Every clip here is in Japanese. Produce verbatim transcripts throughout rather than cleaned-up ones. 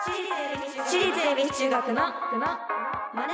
私立恵比寿中学のマネ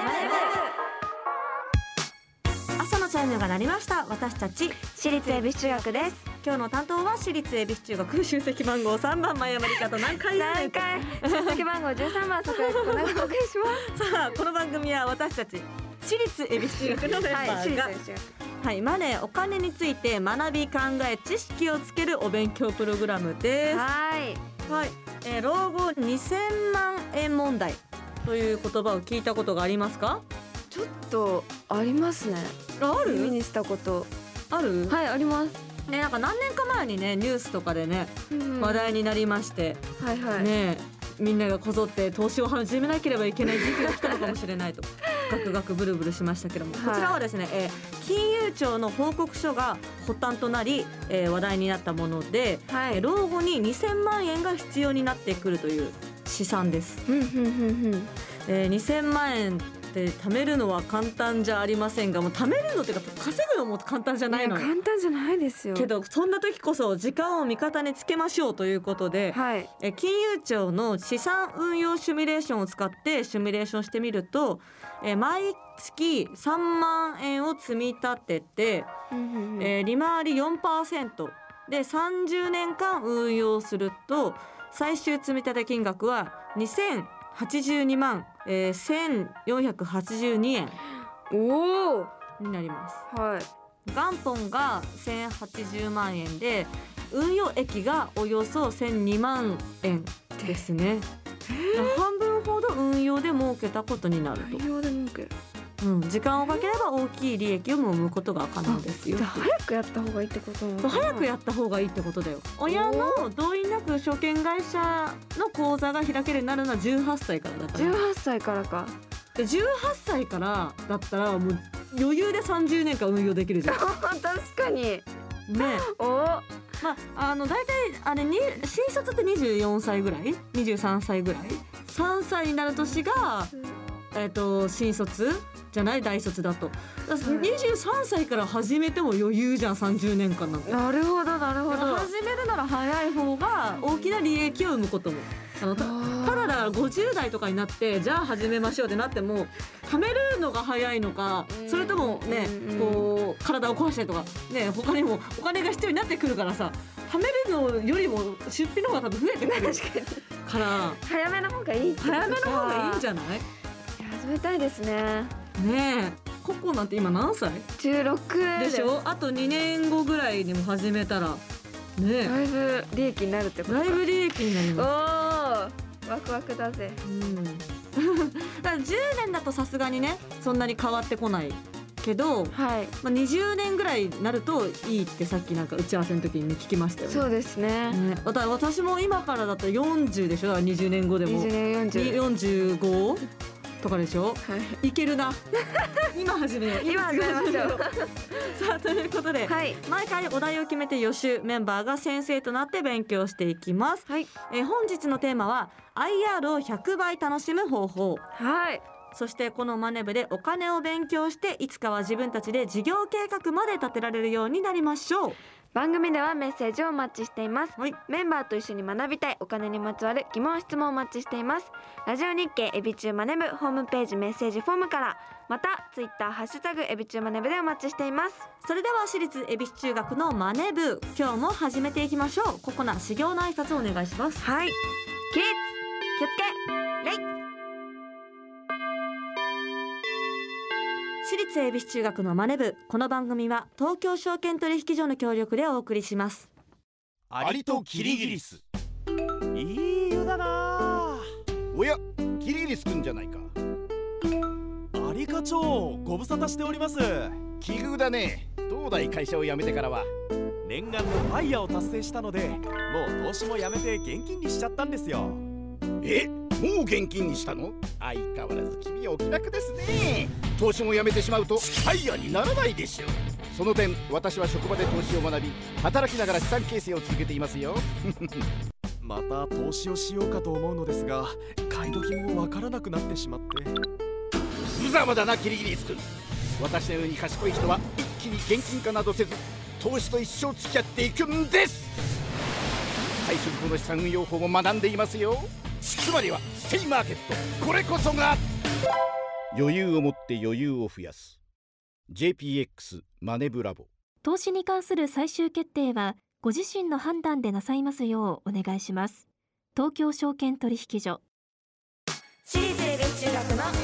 ブ。朝のチャイムが鳴りました。私たち私立恵比寿中学です。 今日の担当は私立恵比寿中学出席番号さんばん前山理香と何回何回出席番号じゅうさんばん桜井と長岡します。 さあこの番組は私たち私立恵比寿中学のメンバーが、はいはい、マネーお金について学び考え知識をつけるお勉強プログラムです。 はい、 はい、えー、老後にせんまんえん問題という言葉を聞いたことがありますか？ ちょっとありますね。 ある？ 耳にしたことある？ はい、あります。 ね、なんか何年か前にねニュースとかでね、うん、話題になりまして、 はいはい、 ね、みんながこぞって投資を始めなければいけない時期が来たのかもしれないとガクガクブルブルしましたけども、はい、こちらはですね、えー、金融庁の報告書が発端となり、えー、話題になったもので、はい、えー、老後ににせんまんえんが必要になってくるという試算です。えー、にせんまんえんで貯めるのは簡単じゃありませんが、もう貯めるのっていうか稼ぐのも簡単じゃないのよ。 簡単じゃないですよ。 けどそんな時こそ時間を味方につけましょうということで、はい、え金融庁の資産運用シミュレーションを使ってシミュレーションしてみると、え毎月さんまんえんを積み立てて、えー、利回り よんパーセント でさんじゅうねんかん運用すると最終積み立て金額はにせんはちじゅうにまん、えー、せんよんひゃくはちじゅうにえんおになります。 はい、 元本がせんはちじゅうまんえんで運用益がおよそせんにまんえんですね。半分ほど運用で儲けたことになると。 運用で儲ける、 うん、時間をかければ大きい利益を生むことが可能ですよ。 早くやった方がいいってことなのかな。 早くやった方がいいってことだよ。親の同意なく証券会社の口座が開けるようになるのはじゅうはっさいからだから。 じゅうはっさいからか。 でじゅうはっさいからだったらもう余裕でさんじゅうねんかん運用できるじゃん。 確かにね。 おまあ、あの大体あれに新卒ってにじゅうよんさいぐらいにじゅうさんさいぐらいさんさいになる年が、えー、と新卒じゃない大卒だとだにじゅうさんさいから始めても余裕じゃんさんじゅうねんかんなんて。 なるほどなるほど。 始めるなら早い方が大きな利益を生むこともあの た, ただだからごじゅうだいとかになってじゃあ始めましょうってなっても貯めるのが早いのかそれともねこう体を壊したりとかね他にもお金が必要になってくるからさ貯めるのよりも出費の方が多分増えてくるから早めの方がいい。 早めの方がいいんじゃない？ 始めたいですね。 ねえココなんて今何歳？ じゅうろくです。 でしょ。あとにねんごぐらいにも始めたらねだいぶ利益になるってことか。 だいぶ利益になります。 おーワクワクだぜ。 うんだからじゅうねんだとさすがにねそんなに変わってこないけど、はいまあ、にじゅうねんぐらいになるといいってさっきなんか打ち合わせの時に、ね、聞きましたよね。 そうです ね, ね私も今からだとよんじゅうでしょ。にじゅうねんごでもにじゅうねんよんじゅうよんじゅうごとかでしょ、はい、いけるな今始めよう今始めましょうさあということで、はい、毎回お題を決めて予習メンバーが先生となって勉強していきます、はいえー、本日のテーマは アイアール をひゃくばい楽しむ方法。はいそしてこのマネ部でお金を勉強していつかは自分たちで事業計画まで立てられるようになりましょう。 番組ではメッセージをお待ちしています、はい、メンバーと一緒に学びたいお金にまつわる疑問質問をお待ちしています。ラジオ日経エビチューマネ部ホームページメッセージフォームからまたツイッターハッシュタグエビチューマネ部でお待ちしています。 それでは私立恵比寿中学のマネ部今日も始めていきましょう。ここな修行の挨拶をお願いします。 はい起立気をつけ礼。 私立恵比寿中学のマネ部この番組は東京証券取引所の協力でお送りします。 アリとキリギリスいい湯だな。 おやキリギリスくんじゃないか。 アリ課長ご無沙汰しております。 奇遇だね。東大会社を辞めてからは念願のファイヤーを達成したのでもう投資もやめて現金にしちゃったんですよ。 えもう現金にしたの？相変わらず君はお気楽ですね。投資もやめてしまうとファイヤーにならないでしょう。その点私は職場で投資を学び働きながら資産形成を続けていますよまた投資をしようかと思うのですが買い時もわからなくなってしまって。 無様だなキリギリス君。私のように賢い人は一気に現金化などせず投資と一生付き合っていくんです。退職後の資産運用法も学んでいますよ。 つまりはステイマーケット、これこそが余裕を持って余裕を増やす ジェイピーエックス マネブラボ。 投資に関する最終決定はご自身の判断でなさいますようお願いします。東京証券取引所。 私立恵比寿中学のマネ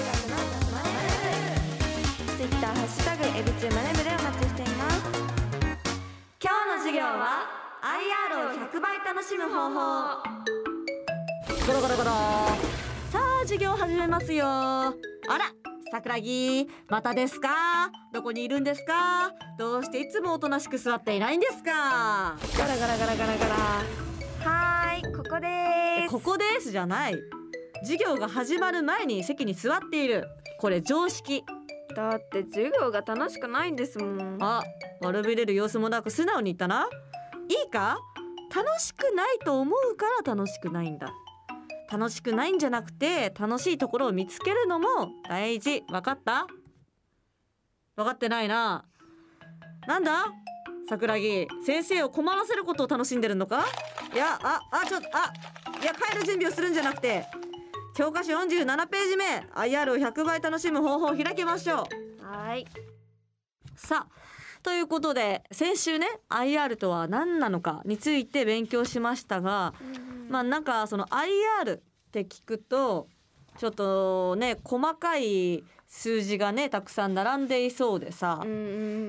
ブ、ツイッターハッシュタグエビチューマネブでお待ちしています。 今日の授業は アイアール をひゃくばい楽しむ方法。ゴロゴロゴロ。さあ授業始めますよ。あら桜木、またですか？どこにいるんですか？どうしていつもおとなしく座っていないんですか？ ガラガラガラガラガラ。はーい、ここでーす。 ここですじゃない。授業が始まる前に席に座っている。これ常識。 だって授業が楽しくないんですもん。 あ、悪びれる様子もなく素直に言ったな。いいか？楽しくないと思うから楽しくないんだ。楽しくないんじゃなくて楽しいところを見つけるのも大事。分かった？分かってないな。なんだ桜木、先生を困らせることを楽しんでるのか？いや、あ、あ、ちょっと、あ、いや、帰る準備をするんじゃなくて教科書よんじゅうななページ目 アイアール をひゃくばい楽しむ方法を開きましょう。 はい。 さあということで先週ね アイアール とは何なのかについて勉強しましたが、うん、まあなんかその アイアール って聞くとちょっとね細かい数字がねたくさん並んでいそうでさ、うん、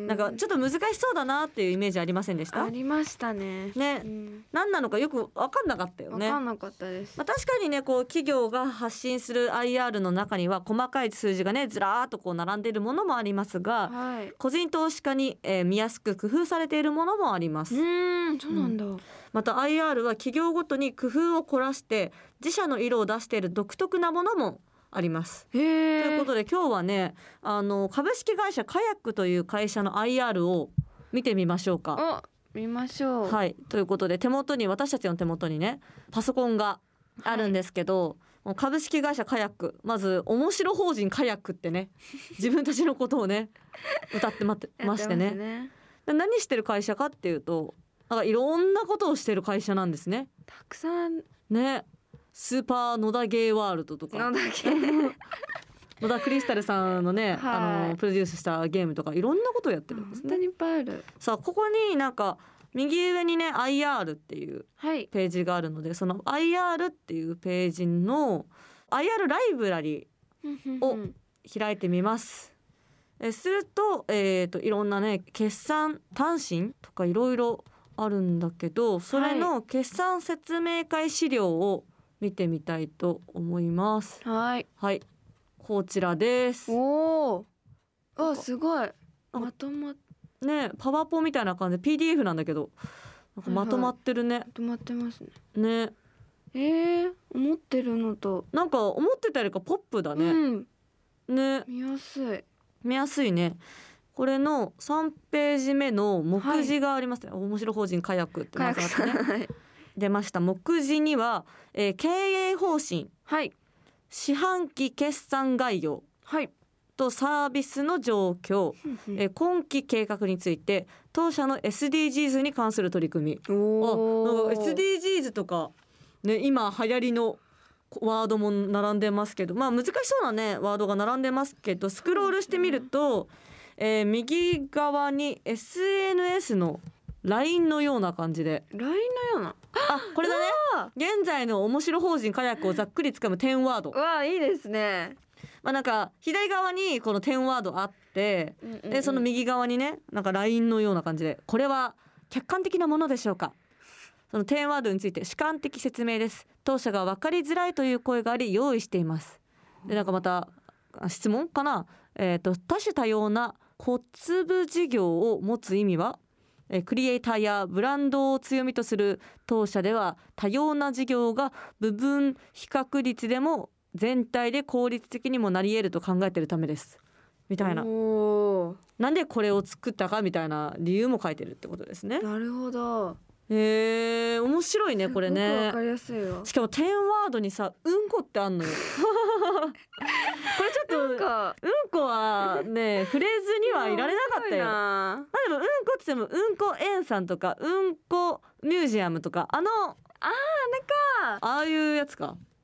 なんかちょっと難しそうだなっていうイメージありませんでした？ ありましたね。 ね、うん、何なのかよく分かんなかったよね。 分かんなかったです。 まあ、確かにねこう企業が発信する アイアール の中には細かい数字がねずらーっとこう並んでいるものもありますが、はい、個人投資家に、えー、見やすく工夫されているものもあります。 うーん、そうなんだ。うん、 また アイアール は企業ごとに工夫を凝らして自社の色を出している独特なものもあります。 へー。 ということで今日はねあの株式会社カヤックという会社の アイアール を見てみましょうか。 お、見ましょう。 はい、ということで手元に私たちの手元にねパソコンがあるんですけど、はい、株式会社カヤック、まず面白法人カヤックってね自分たちのことをね歌ってまってましてねね何してる会社かっていうとなんかいろんなことをしてる会社なんですね。 たくさんね、スーパー野田ゲーワールドとか野田ゲー野田クリスタルさんのね、はい、あのプロデュースしたゲームとかいろんなことをやってるんですね。 本当にいっぱいある。 さあここになんか右上にね アイアール っていうページがあるので、はい、その アイアール っていうページの アイアール ライブラリーを開いてみます。えすると、えーといろんなね決算単身とかいろいろあるんだけど、それの決算説明会資料を見てみたいと思います。 はい、 はい、こちらです。 おー、あ、すごいまとまっね、パワポみたいな感じで ピーディーエフ なんだけどなんかまとまってるね。 はいはい、まとまってますね。 ね、 えー、思ってるのとなんか思ってたよりかポップだね。うん、ね、 見やすい見やすいね。これのさんページ目の目次がありますね。はい、面白法人カヤックってまずあってね、はい、出ました。目次には、えー、経営方針、はい、四半期決算概要、はい、とサービスの状況、えー、今期計画について当社の エスディージーズ に関する取り組み。おあ、なんか エスディージーズ とか、ね、今流行りのワードも並んでますけど、まあ難しそうなねワードが並んでますけど、スクロールしてみると、えー、右側に エスエヌエス の ライン のような感じでライン のような、 あ、これだね。現在の面白法人カヤックをざっくりつかむじゅうワード。 わあ、いいですね。 まあ、なんか左側にこのじゅうワードあって、うんうんうん、でその右側にねなんか ライン のような感じで、これは客観的なものでしょうか。そのじゅうワードについて主観的説明です。当社が分かりづらいという声があり用意しています。でなんかまた質問かな、えーと多種多様な小粒事業を持つ意味は、えクリエイターやブランドを強みとする当社では多様な事業が部分比較率でも全体で効率的にもなり得ると考えているためですみたいな。なんでこれを作ったかみたいな理由も書いてるってことですね。 なるほど。 へー、面白いねこれね。 すごくわかりやすいよ。 しかもじゅうワードにさうんこってあんのよこれちょっとうんこはね触れずにはいられなかったよ。あ、でもうんこって言ってもうんこ園さんとかうんこミュージアムとかあのあああれか、ああいうやつか。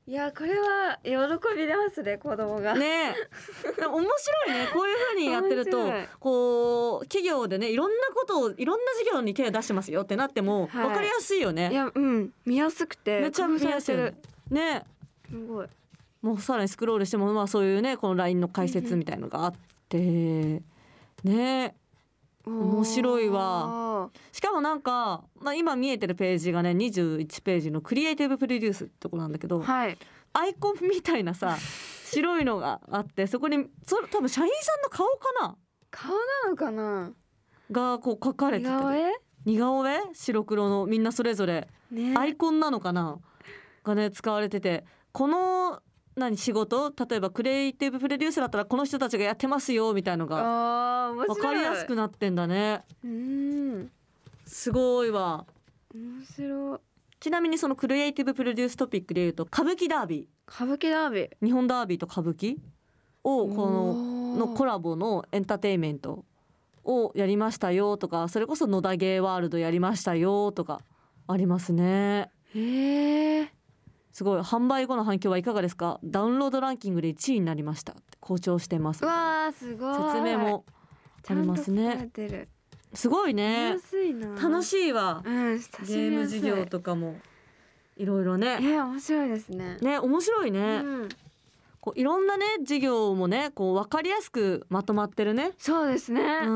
いやこれは喜びますね子供がねえ面白いねこういう風にやってるとこう企業でねいろんなことをいろんな事業に手を出してますよってなっても分かりやすいよね、 はい、いやうん見やすくてめっちゃ見やすいねねすごいもうさらにスクロールしてもまあそういうねこの ライン の解説みたいのがあってね面白いわ。しかもなんか、まあ、今見えてるページがねにじゅういちページのクリエイティブプロデュースってとこなんだけど、 はい、 アイコンみたいなさ白いのがあってそこにそ多分社員さんの顔かな顔なのかながこう書かれてて似顔絵似顔絵白黒のみんなそれぞれ、ね、アイコンなのかながね使われててこの何仕事例えばクリエイティブプロデュースだったらこの人たちがやってますよみたいのが分かりやすくなってんだね。うんすごいわ面白い。 ちなみにそのクリエイティブプロデューストピックでいうと歌舞伎ダービー歌舞伎ダービー日本ダービーと歌舞伎をこののコラボのエンターテインメントをやりましたよとかそれこそ野田ゲーワールドやりましたよとかありますね。 へーすごい販売後の反響はいかがですか。ダウンロードランキングでいちいになりました好調してます。 うわーすごい説明もありますね。すごいね楽しいわ、うん、ゲーム事業とかもいろいろね。 えー、面白いですね。 ね面白いね、うん、こういろんなね事業もねこう分かりやすくまとまってるね。 そうですね、うん、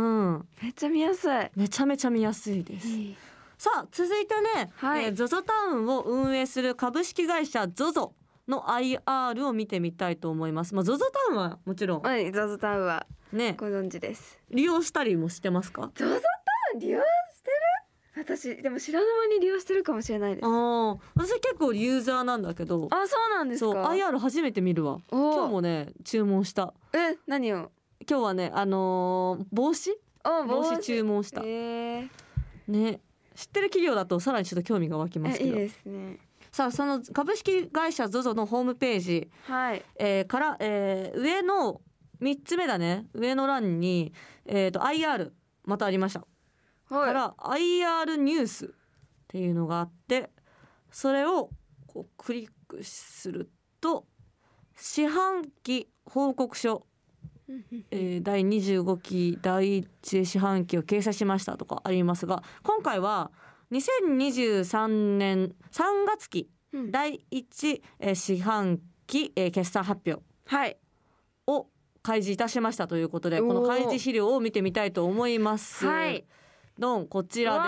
めっちゃ見やすいめちゃめちゃ見やすいです、いいさあ続いてね、はいえー、ゾゾ タウンを運営する株式会社 ゾゾ の アイアール を見てみたいと思います。まあ、ゾゾ タウンはもちろんはい ゾゾ タウンはねご存知です。 利用したりもしてますか。 ゾゾ タウン利用してる私でも知らぬ間に利用してるかもしれないです。 あ私結構ユーザーなんだけど。 あそうなんですか。 そう アイアール 初めて見るわ。今日もね注文した。 え何を今日はねあのー、帽子帽子注文した、えー、ね知ってる企業だとさらにちょっと興味が湧きますけど。 いいですね。 さあその株式会社 ゾゾ のホームページ、はいえー、から、えー、上のみっつめだね上の欄に、えー、と アイアール またありました、はい、から アイアール ニュースっていうのがあってそれをこうクリックすると四半期報告書えー、だいにじゅうごきだいいち四半期を掲載しましたとかありますが今回はにせんにじゅうさんねんさんがつき、うん、だいいち四半期、えー、決算発表を開示いたしましたということでこの開示資料を見てみたいと思います、はい、ドンこちらです。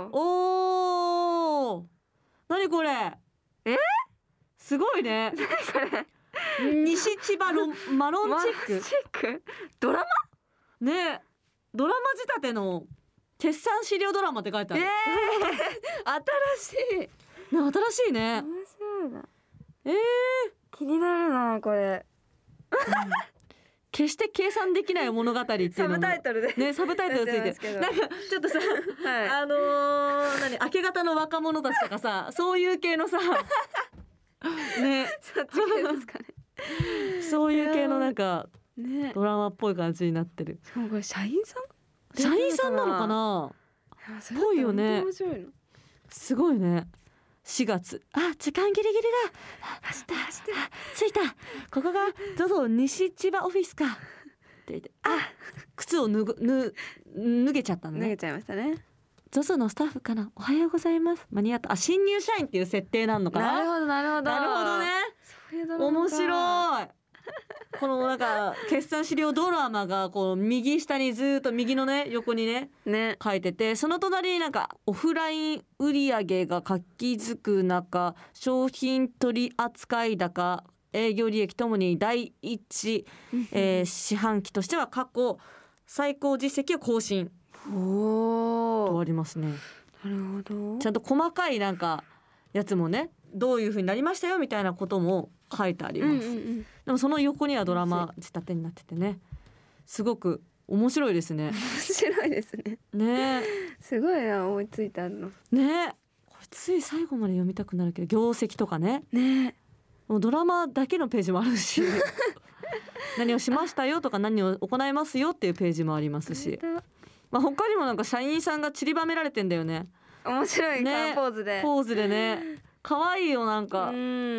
おー何これえすごいね何これ西千葉ロマロンチックチックドラマねドラマ仕立ての決算資料ドラマって書いてある、えー、新しい、ね、 新しいね面白いなえー、 気になるなこれ、 うん、決して計算できない物語っていうのもサブタイトルでねサブタイトルついてるなんかちょっとさ、はい、あのー、何明け方の若者たちとかさそういう系のさねそっち系ですかねそういう系のなんか、ね、ドラマっぽい感じになってる。 しかもこれ社員さん社員さんなのかなぽいよね。 面白いのすごいね。しがつあ時間ギリギリだ走った走った着いたここが ゾゾ 西千葉オフィスかって言ってあ靴を脱ぐ脱脱げちゃったのね。 脱げちゃいましたね。 ゾゾ のスタッフかなおはようございます間に合ったあ新入社員っていう設定なのかな。 なるほどなるほどなるほどね。面白いこのなんか決算資料ドラマがこう右下にずっと右のね横に ね, ね書いててその隣になんかオフライン売上が活気づく中商品取扱高営業利益ともにだいいち、えー、四半期としては過去最高実績を更新おとありますね。 なるほど。 ちゃんと細かいなんかやつもねどういう風になりましたよみたいなことも書いてあります、うんうんうん、でもその横にはドラマ仕立てになっててねすごく面白いですね。 面白いですね。 ねすごいな思いついたのねこれつい最後まで読みたくなるけど業績とかねねもうドラマだけのページもあるし何をしましたよとか何を行いますよっていうページもありますし、まあ、他にもなんか社員さんが散りばめられてんだよね。 面白い、ね、ポーズでポーズでね可愛いよなんかうん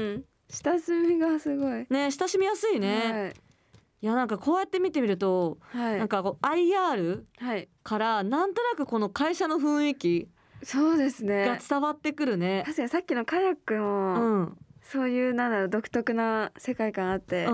親しみがすごいね、親しみやすいね、はい、いやなんかこうやって見てみると、はい、なんかこう アイアール からなんとなくこの会社の雰囲気そうですねが伝わってくるね。 確かにさっきのカヤックも、うん、そういうなんだろう独特な世界観あって、うん、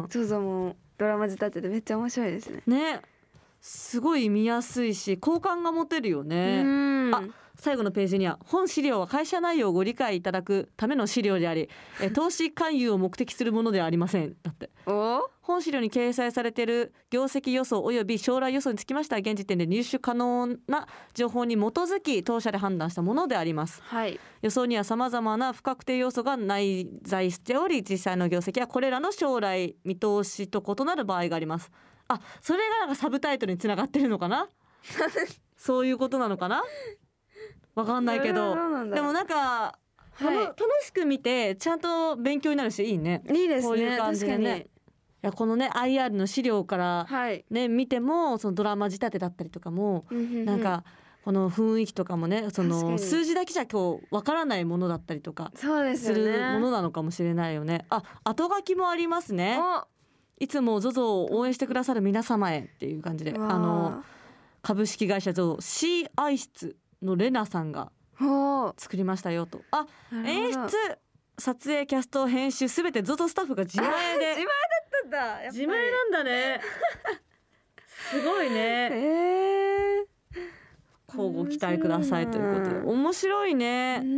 ゾゾもドラマ仕立ててめっちゃ面白いですね。 ね、すごい見やすいし好感が持てるよね。うん、あ、最後のページには本資料は会社内容をご理解いただくための資料でありえ投資勧誘を目的するものではありません。だってお本資料に掲載されている業績予想および将来予想につきましては現時点で入手可能な情報に基づき当社で判断したものであります、はい、予想にはさまざまな不確定要素が内在しており実際の業績はこれらの将来見通しと異なる場合があります。あ、それがなんかサブタイトルにつながってるのかなそういうことなのかな、わかんないけどでもなんか、はい、楽しく見てちゃんと勉強になるしいいね。 いいですね、こういう感じでね。いやこのね アイアール の資料からね、はい、見てもそのドラマ仕立てだったりとかも、うん、なんかこの雰囲気とかもねその数字だけじゃ今日わからないものだったりとかするものなのかもしれないよね。あ、後書きもありますね。いつも ゾゾ を応援してくださる皆様へっていう感じで、あの株式会社 ゾゾ C 愛室のレナさんが作りましたよと。あ、演出、撮影、キャスト、編集すべて ゾゾ スタッフが自前で自前だったんだ。やっぱり自前なんだねすごいね、 えー、 交互期待くださいということで面白いね。うん、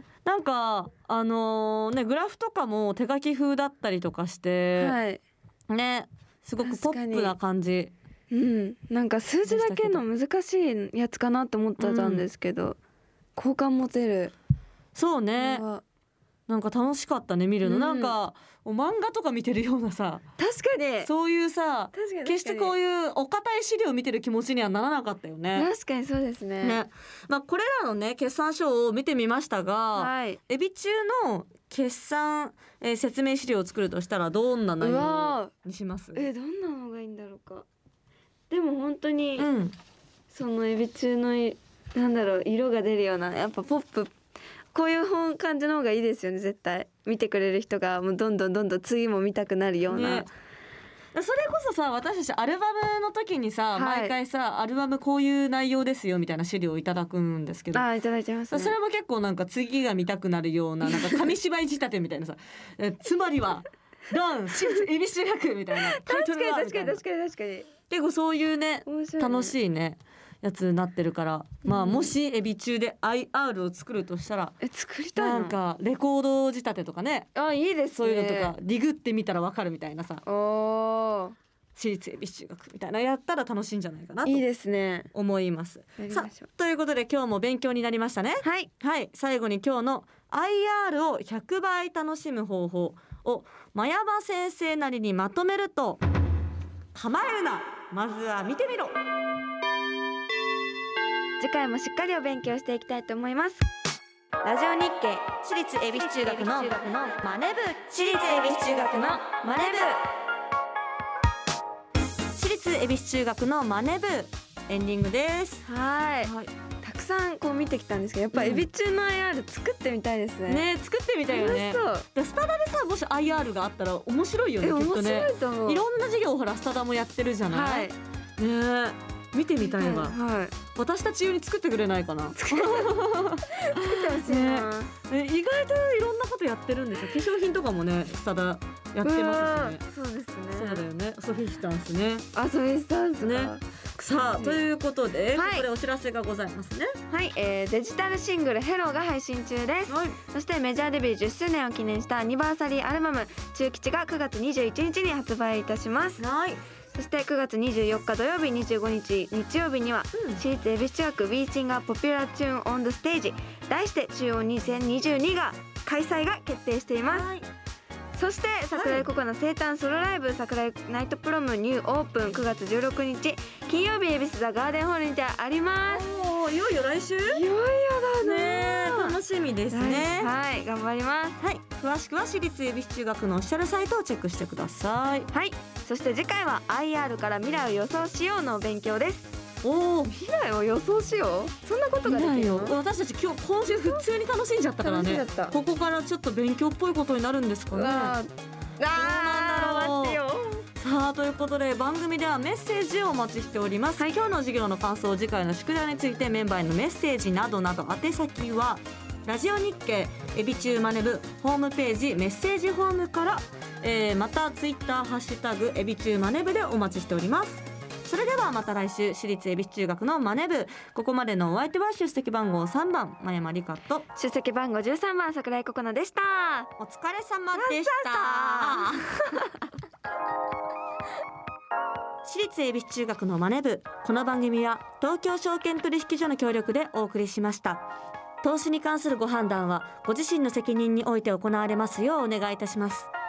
なんかあのー、ねグラフとかも手書き風だったりとかして、はい、ねすごくポップな感じ。 うん、なんか数字だけの難しいやつかなと思ってたんですけど、うん、好感持てる。 そうね、なんか楽しかったね見るの、うん、なんか漫画とか見てるようなさ、 確かにそういうさ決してこういうお堅い資料を見てる気持ちにはならなかったよね。 確かにそうです ね, ね、 まあ、これらのね決算書を見てみましたが、はい、エビ中の決算、えー、説明資料を作るとしたらどんな内容にします？ えー、どんなのがいいんだろうか。でも本当に、うん、そのエビ中のなんだろう色が出るようなやっぱポップこういう本感じの方がいいですよね。絶対見てくれる人がもうどんどんどんどん次も見たくなるような、ね、 それこそさ私たちアルバムの時にさ、はい、毎回さアルバムこういう内容ですよみたいな資料をいただくんですけど、 あいただいてます、ね、 それも結構なんか次が見たくなるようななんか紙芝居仕立てみたいなさえつまりはダン私立恵比寿学みたいなタイトルがあるみたいな。 確かに確かに確かに結構そういうね面白いね楽しいねやつになってるから、うん、まあもしエビ中で アイアール を作るとしたらえ作りたいなんかレコード仕立てとかね、 あいいですね、 そういうのとかディグってみたらわかるみたいなさ、お私立恵比寿学みたいなやったら楽しいんじゃないかなといいですね思います。さあということで今日も勉強になりましたね。 はい、 はい、最後に今日の アイアール をひゃくばい楽しむ方法を真山先生なりにまとめると、構えるなまずは見てみろ。 次回もしっかりお勉強していきたいと思います。ラジオ日経私立恵比寿中学のマネ部、 私立恵比寿中学のマネ部、私立恵比寿中学のマネ部エンディングです。 はい、はい、たくさんこう見てきたんですけどやっぱ恵比寿の アイアール 作ってみたいですね。 ね作ってみたいよね。そうスタダでさもし アイアール があったら面白いよね。きっとね面白いと思う。 いろんな授業をほらスタダもやってるじゃない、はい、ね見てみたいわ、はい、私たち用に作ってくれないかな。作ってほしいな、 ね、意外といろんなことやってるんですよ。化粧品とかもねスタダやってますしね。 そうですね。 そうだよね。ソフィスタンスね。 あソフィスタンスね。 さあということで、はい、ここでお知らせがございますね。 はい、えー、デジタルシングルヘローが配信中です、はい、そしてメジャーデビューじゅっしゅうねんを記念したアニバーサリーアルバム中吉がくがつにじゅういちにちに発売いたします。 はい、 そしてくがつにじゅうよっか土曜日にじゅうごにち日曜日には、うん、私立恵比寿中学 We Sing a Popular Tune on the Stage 題して中央にせんにじゅうにが開催が決定しています、はい、そして桜井ココの生誕ソロライブ桜井ナイトプロムニューオープンくがつじゅうろくにち金曜日恵比寿ザガーデンホールにてあります。 おーいよいよ来週いよいよだね。 楽しみですね。 はい、頑張ります。 はい、詳しくは私立恵比寿中学のオフィシャルサイトをチェックしてください。 はい、そして次回は アイアール から未来を予想しようの勉強です。 おお、 未来を予想しよう。そんなことができるの？ 私たち今日今週普通に楽しんじゃったからね。ここからちょっと勉強っぽいことになるんですかね。 ああ、待ってよ。 さあということで番組ではメッセージをお待ちしております、はい、今日の授業の感想、次回の宿題についてメンバーへのメッセージなどなど宛先はラジオ日経エビチューマネブホームページメッセージフォームから、えー、またツイッターハッシュタグエビチューマネブでお待ちしております。それではまた来週、私立恵比寿中学のマネ部、ここまでのお相手は出席番号さんばん真山理香と出席番号じゅうさんばん桜井心那でした。 お疲れ様でした私立恵比寿中学のマネ部、この番組は東京証券取引所の協力でお送りしました。投資に関するご判断はご自身の責任において行われますようお願いいたします。